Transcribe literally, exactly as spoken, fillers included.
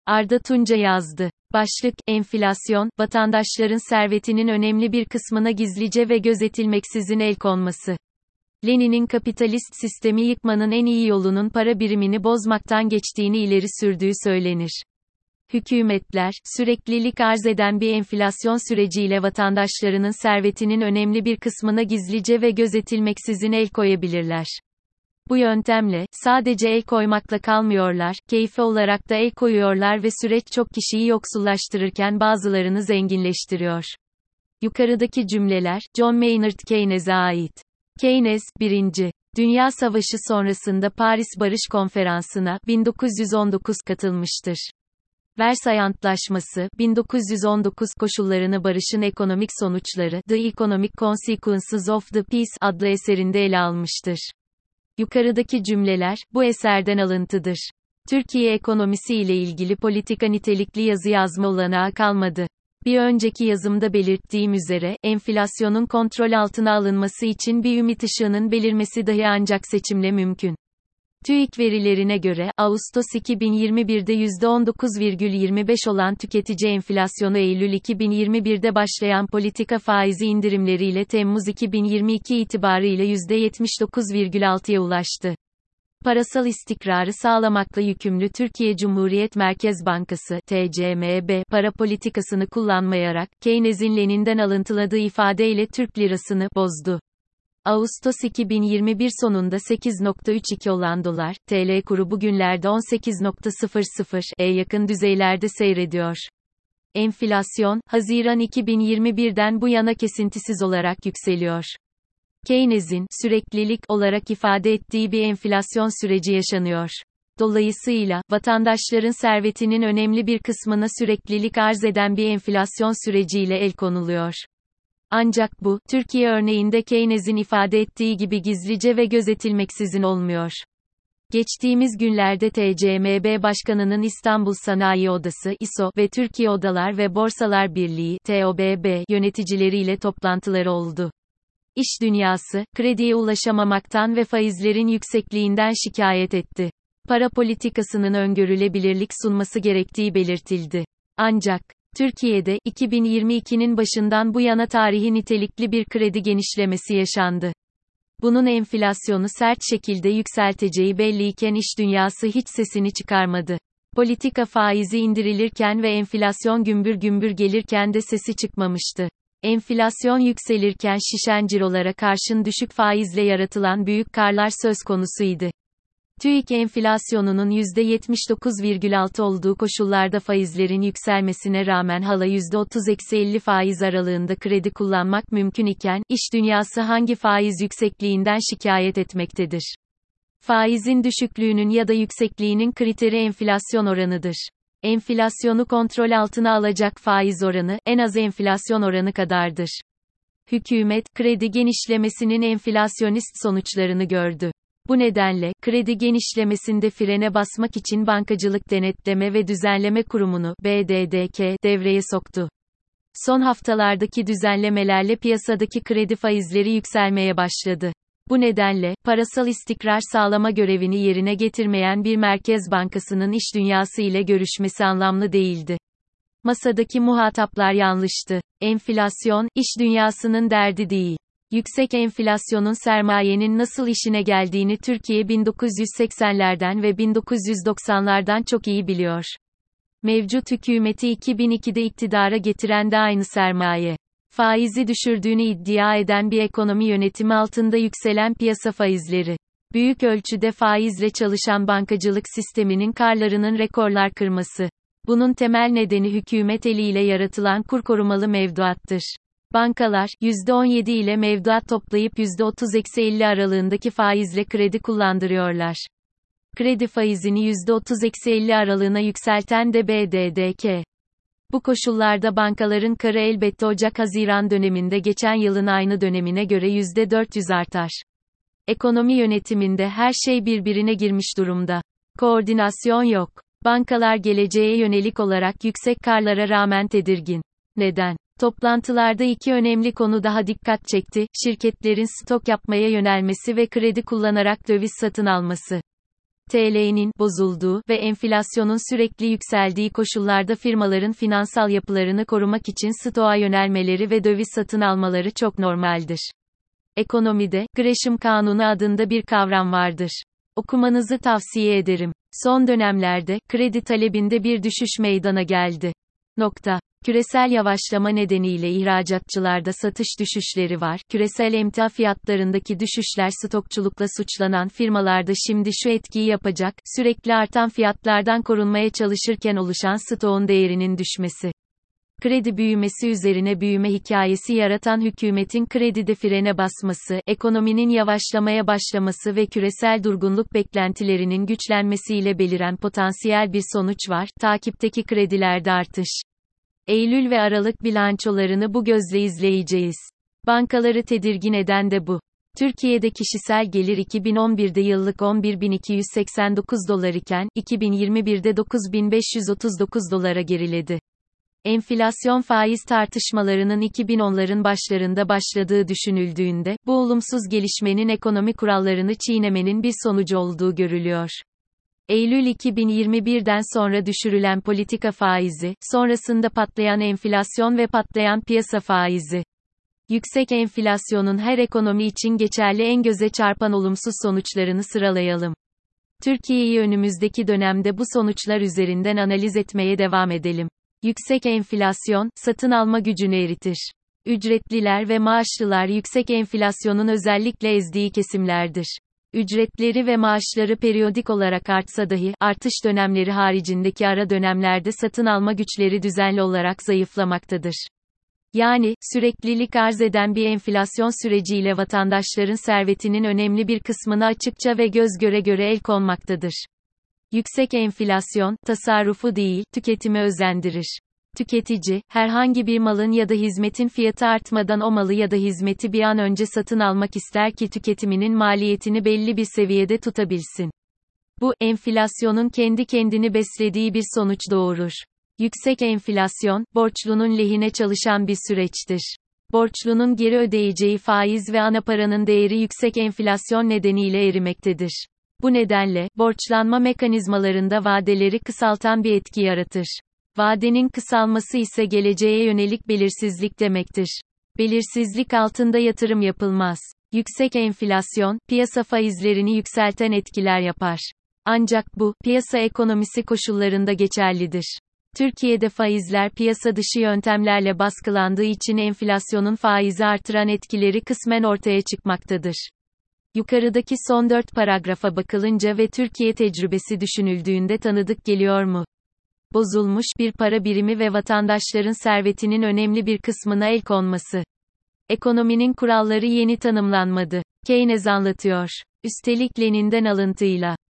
Arda Tunca yazdı. Başlık, enflasyon, vatandaşların servetinin önemli bir kısmına gizlice ve gözetilmeksizin el konması. Lenin'in kapitalist sistemi yıkmanın en iyi yolunun para birimini bozmaktan geçtiğini ileri sürdüğü söylenir. Hükümetler, süreklilik arz eden bir enflasyon süreciyle vatandaşlarının servetinin önemli bir kısmına gizlice ve gözetilmeksizin el koyabilirler. Bu yöntemle, sadece el koymakla kalmıyorlar, keyfi olarak da el koyuyorlar ve süreç çok kişiyi yoksullaştırırken bazılarını zenginleştiriyor. Yukarıdaki cümleler, John Maynard Keynes'e ait. Keynes, birinci. Dünya Savaşı sonrasında Paris Barış Konferansı'na, bin dokuz yüz on dokuz katılmıştır. Versay Antlaşması, bin dokuz yüz on dokuz koşullarını barışın ekonomik sonuçları, The Economic Consequences of the Peace adlı eserinde ele almıştır. Yukarıdaki cümleler, bu eserden alıntıdır. Türkiye ekonomisi ile ilgili politika nitelikli yazı yazma olanağı kalmadı. Bir önceki yazımda belirttiğim üzere, enflasyonun kontrol altına alınması için bir ümit ışığının belirmesi dahi ancak seçimle mümkün. TÜİK verilerine göre, Ağustos iki bin yirmi bir'de yüzde on dokuz virgül yirmi beş olan tüketici enflasyonu Eylül iki bin yirmi bir'de başlayan politika faizi indirimleriyle Temmuz iki bin yirmi iki itibarıyla yüzde yetmiş dokuz virgül altı'ya ulaştı. Parasal istikrarı sağlamakla yükümlü Türkiye Cumhuriyet Merkez Bankası, T C M B, para politikasını kullanmayarak, Keynes'in Lenin'den alıntıladığı ifadeyle Türk lirasını bozdu. Ağustos iki bin yirmi bir sonunda sekiz virgül otuz iki olan dolar, T L kuru bugünlerde on sekiz virgül sıfır sıfır'a yakın düzeylerde seyrediyor. Enflasyon, Haziran iki bin yirmi bir'den bu yana kesintisiz olarak yükseliyor. Keynes'in, süreklilik olarak ifade ettiği bir enflasyon süreci yaşanıyor. Dolayısıyla, vatandaşların servetinin önemli bir kısmına süreklilik arz eden bir enflasyon süreciyle el konuluyor. Ancak bu, Türkiye örneğinde Keynes'in ifade ettiği gibi gizlice ve gözetilmeksizin olmuyor. Geçtiğimiz günlerde T C M B Başkanı'nın İstanbul Sanayi Odası İ S O ve Türkiye Odalar ve Borsalar Birliği T O B B yöneticileriyle toplantıları oldu. İş dünyası, krediye ulaşamamaktan ve faizlerin yüksekliğinden şikayet etti. Para politikasının öngörülebilirlik sunması gerektiği belirtildi. Ancak, Türkiye'de, iki bin yirmi iki'nin başından bu yana tarihi nitelikli bir kredi genişlemesi yaşandı. Bunun enflasyonu sert şekilde yükselteceği belliyken iş dünyası hiç sesini çıkarmadı. Politika faizi indirilirken ve enflasyon gümbür gümbür gelirken de sesi çıkmamıştı. Enflasyon yükselirken şişen cirolara karşın düşük faizle yaratılan büyük karlar söz konusuydu. TÜİK enflasyonunun yüzde yetmiş dokuz virgül altı olduğu koşullarda faizlerin yükselmesine rağmen hala yüzde otuz elli faiz aralığında kredi kullanmak mümkün iken, iş dünyası hangi faiz yüksekliğinden şikayet etmektedir? Faizin düşüklüğünün ya da yüksekliğinin kriteri enflasyon oranıdır. Enflasyonu kontrol altına alacak faiz oranı, en az enflasyon oranı kadardır. Hükümet, kredi genişlemesinin enflasyonist sonuçlarını gördü. Bu nedenle, kredi genişlemesinde frene basmak için Bankacılık Denetleme ve Düzenleme Kurumu'nu, B D D K, devreye soktu. Son haftalardaki düzenlemelerle piyasadaki kredi faizleri yükselmeye başladı. Bu nedenle, parasal istikrar sağlama görevini yerine getirmeyen bir merkez bankasının iş dünyası ile görüşmesi anlamlı değildi. Masadaki muhataplar yanlıştı. Enflasyon, iş dünyasının derdi değil. Yüksek enflasyonun sermayenin nasıl işine geldiğini Türkiye bin dokuz yüz seksenlerden ve bin dokuz yüz doksanlardan çok iyi biliyor. Mevcut hükümeti iki bin iki'de iktidara getiren de aynı sermaye. Faizi düşürdüğünü iddia eden bir ekonomi yönetimi altında yükselen piyasa faizleri. Büyük ölçüde faizle çalışan bankacılık sisteminin karlarının rekorlar kırması. Bunun temel nedeni hükümet eliyle yaratılan kur korumalı mevduattır. Bankalar, yüzde on yedi ile mevduat toplayıp yüzde otuz elli aralığındaki faizle kredi kullandırıyorlar. Kredi faizini yüzde otuz elli aralığına yükselten de B D D K. Bu koşullarda bankaların karı elbette Ocak-Haziran döneminde geçen yılın aynı dönemine göre yüzde dört yüz artar. Ekonomi yönetiminde her şey birbirine girmiş durumda. Koordinasyon yok. Bankalar geleceğe yönelik olarak yüksek karlara rağmen tedirgin. Neden? Toplantılarda iki önemli konu daha dikkat çekti, şirketlerin stok yapmaya yönelmesi ve kredi kullanarak döviz satın alması. T L'nin bozulduğu ve enflasyonun sürekli yükseldiği koşullarda firmaların finansal yapılarını korumak için stoğa yönelmeleri ve döviz satın almaları çok normaldir. Ekonomide, Gresham Kanunu adında bir kavram vardır. Okumanızı tavsiye ederim. Son dönemlerde, kredi talebinde bir düşüş meydana geldi. Nokta. Küresel yavaşlama nedeniyle ihracatçılarda satış düşüşleri var. Küresel emtia fiyatlarındaki düşüşler stokçulukla suçlanan firmalarda şimdi şu etkiyi yapacak, sürekli artan fiyatlardan korunmaya çalışırken oluşan stoğun değerinin düşmesi. Kredi büyümesi üzerine büyüme hikayesi yaratan hükümetin kredide frene basması, ekonominin yavaşlamaya başlaması ve küresel durgunluk beklentilerinin güçlenmesiyle beliren potansiyel bir sonuç var, takipteki kredilerde artış. Eylül ve Aralık bilançolarını bu gözle izleyeceğiz. Bankaları tedirgin eden de bu. Türkiye'de kişisel gelir iki bin on birde yıllık on bir bin iki yüz seksen dokuz dolar iken, iki bin yirmi birde dokuz bin beş yüz otuz dokuz dolara geriledi. Enflasyon faiz tartışmalarının iki bin onların başlarında başladığı düşünüldüğünde, bu olumsuz gelişmenin ekonomi kurallarını çiğnemenin bir sonucu olduğu görülüyor. Eylül iki bin yirmi birden sonra düşürülen politika faizi, sonrasında patlayan enflasyon ve patlayan piyasa faizi. Yüksek enflasyonun her ekonomi için geçerli en göze çarpan olumsuz sonuçlarını sıralayalım. Türkiye'yi önümüzdeki dönemde bu sonuçlar üzerinden analiz etmeye devam edelim. Yüksek enflasyon, satın alma gücünü eritir. Ücretliler ve maaşlılar yüksek enflasyonun özellikle ezdiği kesimlerdir. Ücretleri ve maaşları periyodik olarak artsa dahi, artış dönemleri haricindeki ara dönemlerde satın alma güçleri düzenli olarak zayıflamaktadır. Yani, süreklilik arz eden bir enflasyon süreciyle vatandaşların servetinin önemli bir kısmına açıkça ve göz göre göre el konmaktadır. Yüksek enflasyon, tasarrufu değil, tüketimi özendirir. Tüketici, herhangi bir malın ya da hizmetin fiyatı artmadan o malı ya da hizmeti bir an önce satın almak ister ki tüketiminin maliyetini belli bir seviyede tutabilsin. Bu, enflasyonun kendi kendini beslediği bir sonuç doğurur. Yüksek enflasyon, borçlunun lehine çalışan bir süreçtir. Borçlunun geri ödeyeceği faiz ve ana paranın değeri yüksek enflasyon nedeniyle erimektedir. Bu nedenle, borçlanma mekanizmalarında vadeleri kısaltan bir etki yaratır. Vadenin kısalması ise geleceğe yönelik belirsizlik demektir. Belirsizlik altında yatırım yapılmaz. Yüksek enflasyon, piyasa faizlerini yükselten etkiler yapar. Ancak bu, piyasa ekonomisi koşullarında geçerlidir. Türkiye'de faizler piyasa dışı yöntemlerle baskılandığı için enflasyonun faizi artıran etkileri kısmen ortaya çıkmaktadır. Yukarıdaki son dört paragrafa bakılınca ve Türkiye tecrübesi düşünüldüğünde tanıdık geliyor mu? Bozulmuş bir para birimi ve vatandaşların servetinin önemli bir kısmına el konması. Ekonominin kuralları yeni tanımlanmadı. Keynes anlatıyor. Üstelik Lenin'den alıntıyla.